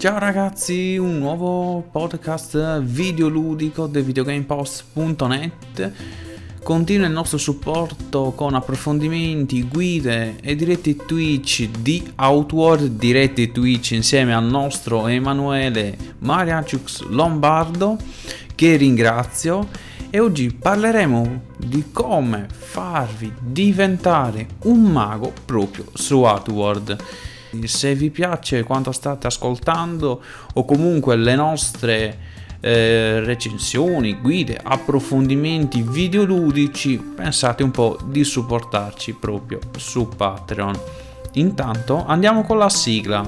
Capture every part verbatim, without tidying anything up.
Ciao ragazzi, un nuovo podcast videoludico del videogamepost punto net. Continua il nostro supporto con approfondimenti, guide e diretti Twitch di Outward, diretti Twitch insieme al nostro Emanuele Mariaciux Lombardo, che ringrazio, e oggi parleremo di come farvi diventare un mago proprio su Outward. Se vi piace quanto state ascoltando o comunque le nostre eh, recensioni, guide, approfondimenti videoludici, pensate un po' di supportarci proprio su Patreon. Intanto andiamo con la sigla.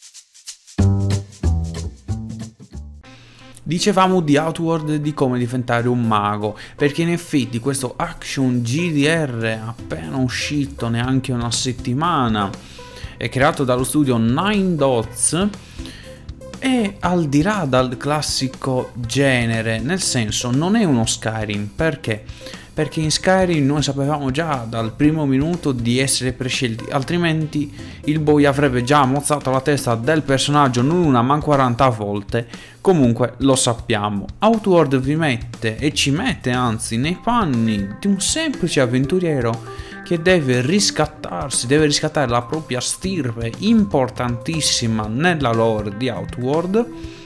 Dicevamo di Outward, di come diventare un mago, perché in effetti questo action G D R appena uscito neanche una settimana, è creato dallo studio Nine Dots e al di là dal classico genere, nel senso non è uno Skyrim. Perché? Perché in Skyrim noi sapevamo già dal primo minuto di essere prescelti, altrimenti il boy avrebbe già mozzato la testa del personaggio non una ma quaranta volte. Comunque lo sappiamo, Outward vi mette e ci mette anzi nei panni di un semplice avventuriero che deve riscattarsi, deve riscattare la propria stirpe importantissima nella lore di Outward,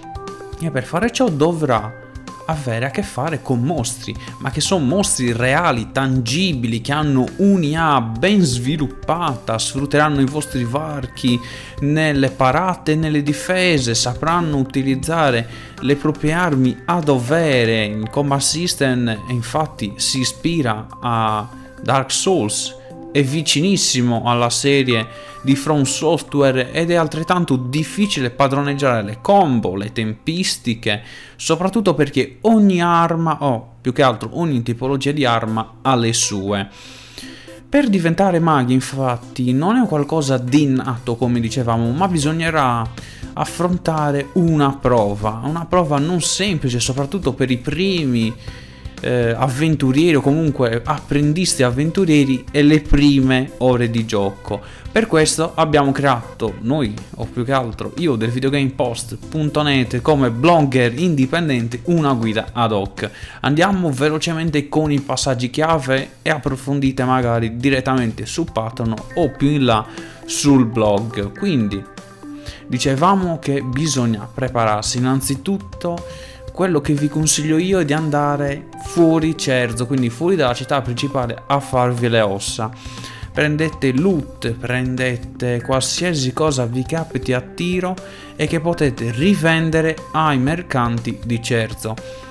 e per fare ciò dovrà avere a che fare con mostri, ma che sono mostri reali, tangibili, che hanno un'I A ben sviluppata, sfrutteranno i vostri varchi nelle parate e nelle difese, sapranno utilizzare le proprie armi a dovere. Il combat system infatti si ispira a Dark Souls, è vicinissimo alla serie di From Software ed è altrettanto difficile padroneggiare le combo, le tempistiche, soprattutto perché ogni arma, o più che altro ogni tipologia di arma, ha le sue. Per diventare maghi infatti non è qualcosa di innato come dicevamo, ma bisognerà affrontare una prova, una prova non semplice, soprattutto per i primi Eh, avventurieri o comunque apprendisti avventurieri e le prime ore di gioco. Per questo abbiamo creato noi, o più che altro io del videogamepost punto net, come blogger indipendente, una guida ad hoc. Andiamo velocemente con i passaggi chiave e approfondite magari direttamente su Patreon o più in là sul blog. Quindi dicevamo che bisogna prepararsi. Innanzitutto quello che vi consiglio io è di andare fuori Cerzo, quindi fuori dalla città principale, a farvi le ossa. Prendete loot, prendete qualsiasi cosa vi capiti a tiro e che potete rivendere ai mercanti di Cerzo.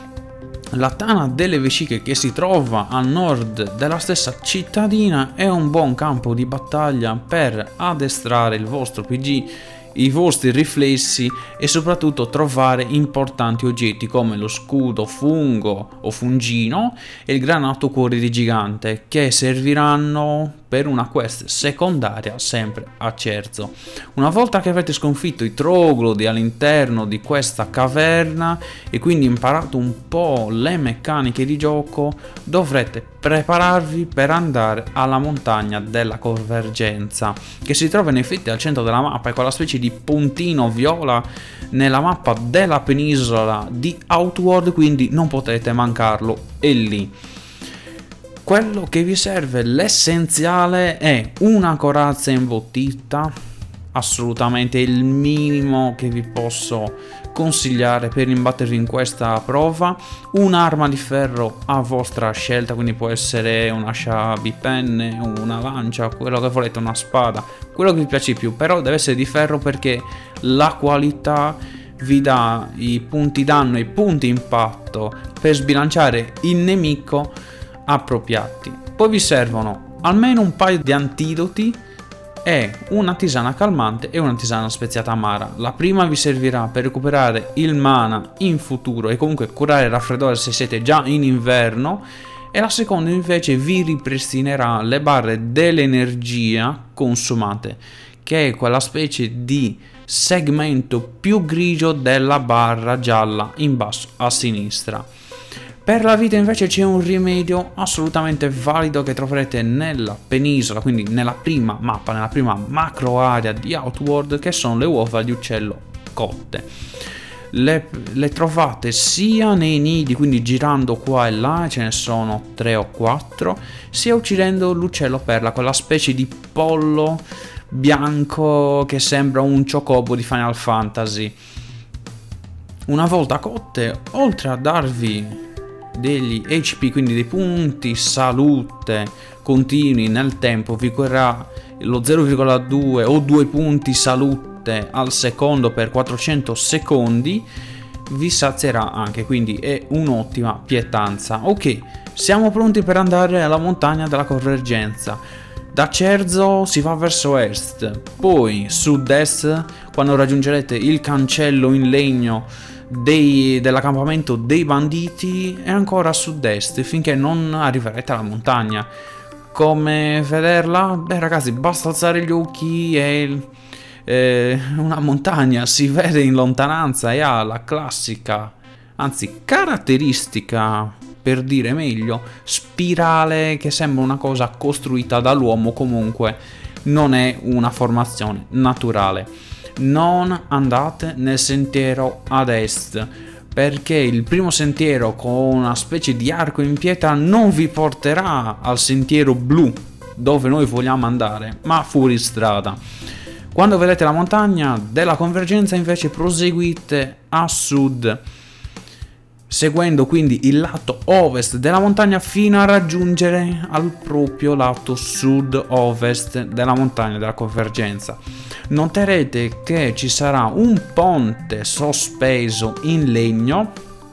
La tana delle vesciche, che si trova a nord della stessa cittadina, è un buon campo di battaglia per addestrare il vostro P G, i vostri riflessi e soprattutto trovare importanti oggetti come lo scudo fungo o fungino e il granato cuore di gigante, che serviranno per una quest secondaria sempre a Cerzo. Una volta che avete sconfitto i troglodi all'interno di questa caverna e quindi imparato un po' le meccaniche di gioco, dovrete prepararvi per andare alla montagna della convergenza, che si trova in effetti al centro della mappa, è quella specie di puntino viola nella mappa della penisola di Outward, quindi non potete mancarlo, è lì. Quello che vi serve, l'essenziale, è una corazza imbottita, assolutamente il minimo che vi posso consigliare per imbattervi in questa prova, un'arma di ferro a vostra scelta, quindi può essere un'ascia bipenne, una lancia, quello che volete, una spada, quello che vi piace di più, però deve essere di ferro perché la qualità vi dà i punti danno e i punti impatto per sbilanciare il nemico appropriati. Poi vi servono almeno un paio di antidoti e una tisana calmante e una tisana speziata amara. La prima vi servirà per recuperare il mana in futuro e comunque curare il raffreddore se siete già in inverno, e la seconda invece vi ripristinerà le barre dell'energia consumate, che è quella specie di segmento più grigio della barra gialla in basso a sinistra. Per la vita invece c'è un rimedio assolutamente valido che troverete nella penisola, quindi nella prima mappa, nella prima macro area di Outward, che sono le uova di uccello cotte. Le, le trovate sia nei nidi, quindi girando qua e là, ce ne sono tre o quattro, sia uccidendo l'uccello perla, quella specie di pollo bianco che sembra un chocobo di Final Fantasy. Una volta cotte, oltre a darvi degli H P, quindi dei punti salute continui nel tempo, vi correrà lo zero virgola due o due punti salute al secondo per quattrocento secondi, vi sazierà anche, quindi è un'ottima pietanza. Ok, siamo pronti per andare alla montagna della convergenza. Da Cerzo si va verso est, poi sud-est quando raggiungerete il cancello in legno dei, dell'accampamento dei banditi, e ancora a sud-est finché non arriverete alla montagna. Come vederla? Beh ragazzi, basta alzare gli occhi e eh, una montagna si vede in lontananza e ha la classica, anzi caratteristica, per dire meglio, spirale che sembra una cosa costruita dall'uomo, comunque non è una formazione naturale. Non andate nel sentiero ad est, perché il primo sentiero con una specie di arco in pietra non vi porterà al sentiero blu dove noi vogliamo andare, ma fuori strada. Quando vedete la montagna della convergenza invece proseguite a sud, seguendo quindi il lato ovest della montagna fino a raggiungere al proprio lato sud-ovest della montagna della convergenza. Noterete che ci sarà un ponte sospeso in legno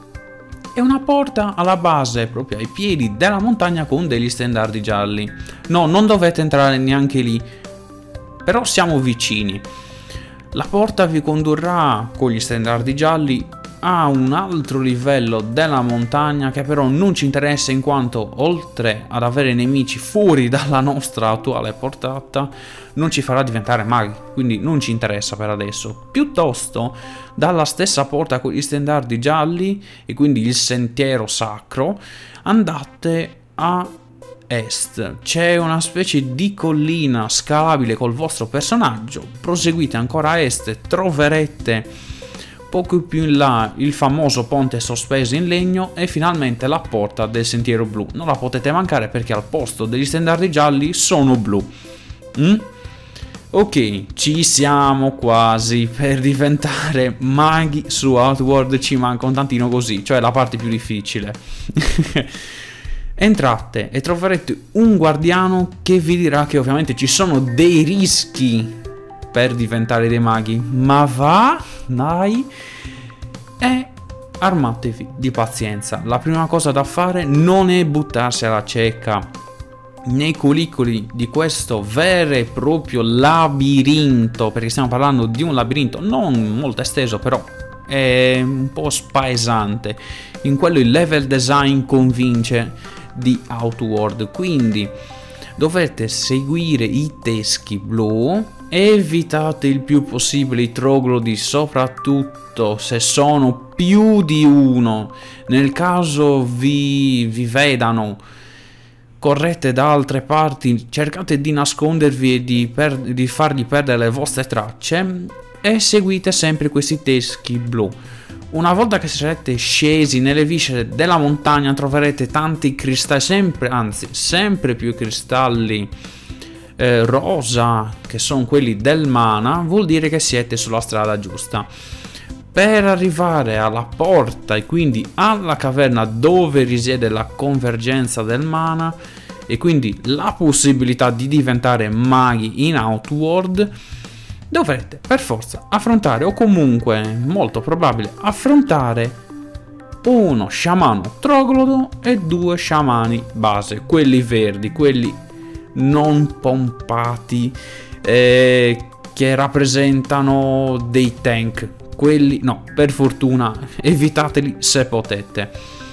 e una porta alla base, proprio ai piedi della montagna, con degli stendardi gialli. No, non dovete entrare neanche lì, però siamo vicini. La porta vi condurrà con gli stendardi gialli a un altro livello della montagna che però non ci interessa, in quanto oltre ad avere nemici fuori dalla nostra attuale portata non ci farà diventare maghi, quindi non ci interessa per adesso. Piuttosto dalla stessa porta con gli stendardi gialli e quindi il sentiero sacro andate a est. C'è una specie di collina scalabile col vostro personaggio, proseguite ancora a est e troverete poco più in là il famoso ponte sospeso in legno e finalmente la porta del sentiero blu. Non la potete mancare perché al posto degli stendardi gialli sono blu. Mm? Ok, ci siamo quasi per diventare maghi su Outward, ci manca un tantino così, cioè la parte più difficile. Entrate e troverete un guardiano che vi dirà che ovviamente ci sono dei rischi per diventare dei maghi, ma va, dai, e armatevi di pazienza. La prima cosa da fare non è buttarsi alla cieca nei culicoli di questo vero e proprio labirinto, perché stiamo parlando di un labirinto non molto esteso, però è un po' spaesante. In quello il level design convince di Outward, quindi dovete seguire i teschi blu. Evitate il più possibile i troglodi, soprattutto se sono più di uno. Nel caso vi, vi vedano, correte da altre parti, cercate di nascondervi e di, per, di fargli perdere le vostre tracce e seguite sempre questi teschi blu. Una volta che sarete scesi nelle viscere della montagna troverete tanti cristalli, sempre, anzi sempre più cristalli Eh, rosa, che sono quelli del mana. Vuol dire che siete sulla strada giusta. Per arrivare alla porta e quindi alla caverna dove risiede la convergenza del mana e quindi la possibilità di diventare maghi in Outward, dovrete per forza affrontare, o comunque molto probabile affrontare, uno sciamano troglodo e due sciamani base, quelli verdi, quelli non pompati, eh, che rappresentano dei tank. Quelli no, per fortuna evitateli se potete.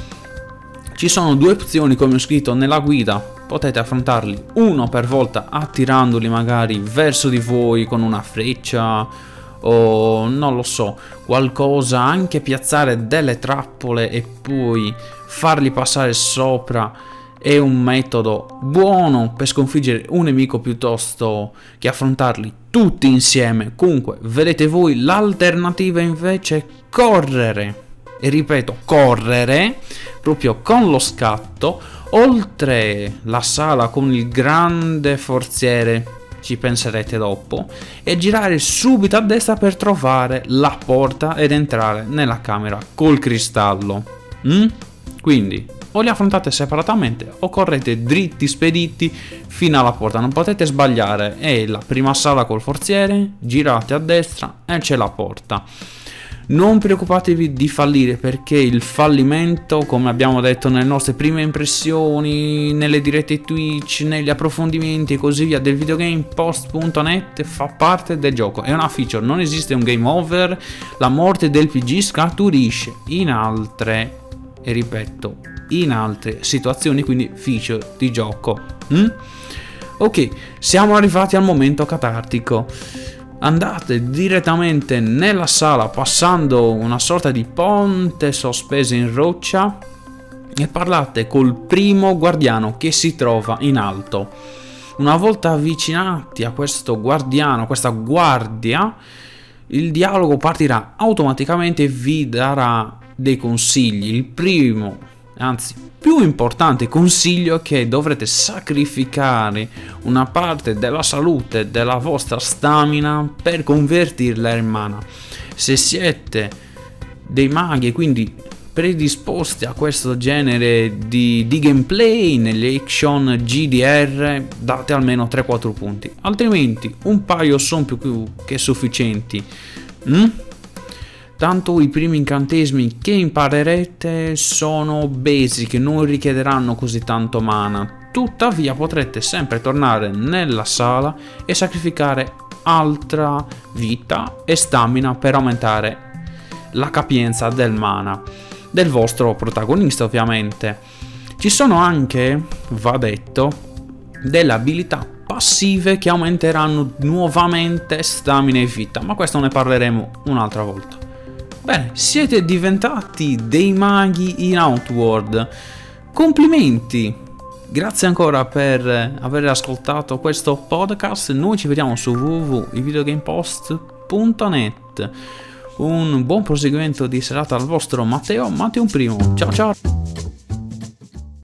Ci sono due opzioni, come ho scritto nella guida, potete affrontarli uno per volta attirandoli magari verso di voi con una freccia o non lo so, qualcosa, anche piazzare delle trappole e poi farli passare sopra è un metodo buono per sconfiggere un nemico piuttosto che affrontarli tutti insieme. Comunque, vedete voi, l'alternativa invece è correre. E ripeto, correre proprio con lo scatto oltre la sala con il grande forziere, ci penserete dopo, e girare subito a destra per trovare la porta ed entrare nella camera col cristallo. Mm? Quindi o li affrontate separatamente o correte dritti spediti fino alla porta, non potete sbagliare. È la prima sala col forziere, girate a destra e c'è la porta. Non preoccupatevi di fallire, perché il fallimento, come abbiamo detto nelle nostre prime impressioni, nelle dirette Twitch, negli approfondimenti e così via del videogamepost punto net, fa parte del gioco, è una feature, non esiste un game over. La morte del P G scaturisce in altre, e ripeto, in altre situazioni, quindi feature di gioco. Mm? Ok, siamo arrivati al momento catartico. Andate direttamente nella sala passando una sorta di ponte sospeso in roccia e parlate col primo guardiano che si trova in alto. Una volta avvicinati a questo guardiano, questa guardia, il dialogo partirà automaticamente e vi darà dei consigli. Il primo, anzi più importante consiglio è che dovrete sacrificare una parte della salute, della vostra stamina, per convertirla in mana. Se siete dei maghi e quindi predisposti a questo genere di, di gameplay nelle action G D R, date almeno tre quattro punti, altrimenti un paio sono più che sufficienti. mm? Tanto i primi incantesimi che imparerete sono basic, non richiederanno così tanto mana. Tuttavia potrete sempre tornare nella sala e sacrificare altra vita e stamina per aumentare la capienza del mana del vostro protagonista, ovviamente. Ci sono anche, va detto, delle abilità passive che aumenteranno nuovamente stamina e vita, ma questo ne parleremo un'altra volta. Bene, siete diventati dei maghi in Outward. Complimenti! Grazie ancora per aver ascoltato questo podcast. Noi ci vediamo su w w w punto i videogamepost punto net. Un buon proseguimento di serata al vostro Matteo, Matteo Primo. Ciao ciao!